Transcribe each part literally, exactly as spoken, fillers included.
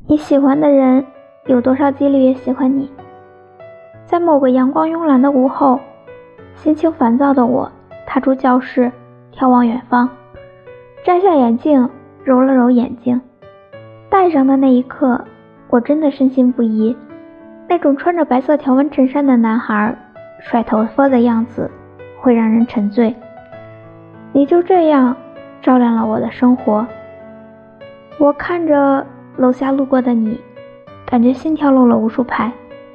你喜欢的人有多少几率也喜欢你。在某个阳光慵懒的午后，心情烦躁的我踏出教室，眺望远方，摘下眼镜，揉了揉眼睛。戴上的那一刻，我真的深信不疑，那种穿着白色条纹衬衫的男孩甩头发的样子会让人沉醉。你就这样照亮了我的生活。我看着楼下路过的你，感觉心跳漏了无数拍。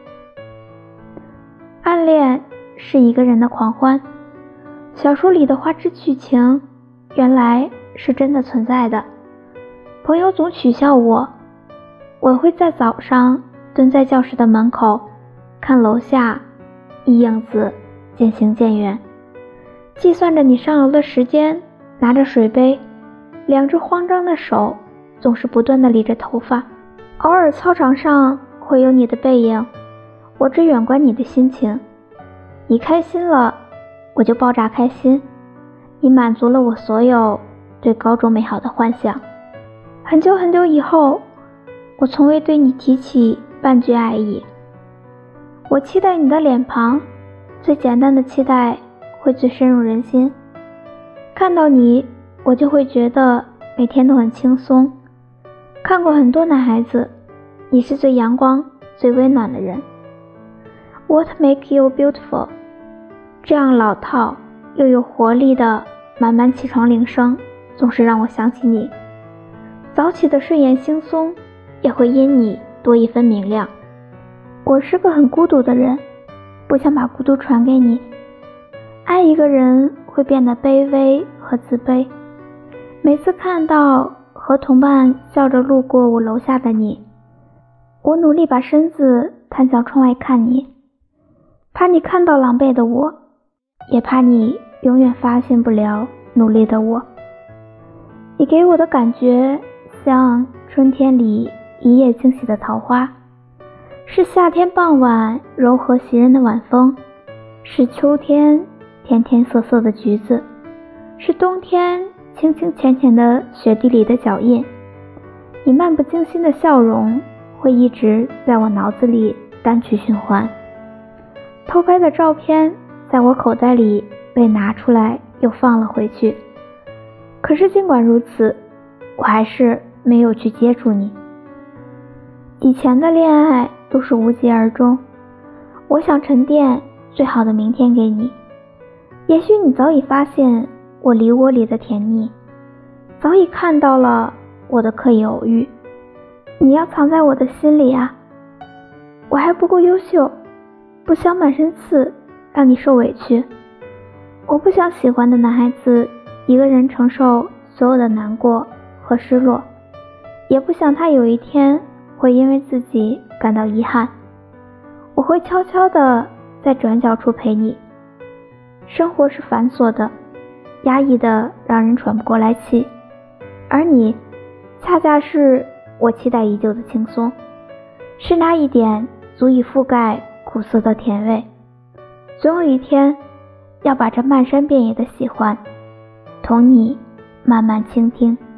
暗恋是一个人的狂欢，小说里的花痴剧情原来是真的存在的。朋友总取笑我，我会在早上蹲在教室的门口，看楼下一影子渐行渐远，计算着你上楼的时间，拿着水杯，两只慌张的手总是不断地理着头发。偶尔操场上会有你的背影，我只远观你的心情。你开心了，我就爆炸开心。你满足了我所有对高中美好的幻想。很久很久以后，我从未对你提起半句爱意。我期待你的脸庞，最简单的期待会最深入人心。看到你，我就会觉得每天都很轻松。看过很多男孩子，你是最阳光、最温暖的人。What make you beautiful？ 这样老套又有活力的慢慢起床铃声，总是让我想起你。早起的睡眼惺忪，也会因你多一分明亮。我是个很孤独的人，不想把孤独传给你。爱一个人会变得卑微和自卑。每次看到和同伴笑着路过我楼下的你，我努力把身子探向窗外看你，怕你看到狼狈的我，也怕你永远发现不了努力的我。你给我的感觉像春天里一夜惊喜的桃花，是夏天傍晚柔和袭人的晚风，是秋天甜甜涩涩的橘子，是冬天清清浅浅的雪地里的脚印。你漫不经心的笑容会一直在我脑子里单曲循环。偷拍的照片在我口袋里被拿出来又放了回去，可是尽管如此，我还是没有去接触你。以前的恋爱都是无疾而终，我想沉淀最好的明天给你。也许你早已发现我梨窝里的甜腻，早已看到了我的刻意偶遇。你要藏在我的心里啊，我还不够优秀，不想满身刺让你受委屈。我不想喜欢的男孩子一个人承受所有的难过和失落，也不想他有一天会因为自己感到遗憾。我会悄悄地在转角处陪你。生活是繁琐的，压抑的让人喘不过来气，而你恰恰是我期待已久的轻松，是那一点足以覆盖苦涩的甜味。总有一天要把这漫山遍野的喜欢同你慢慢倾听。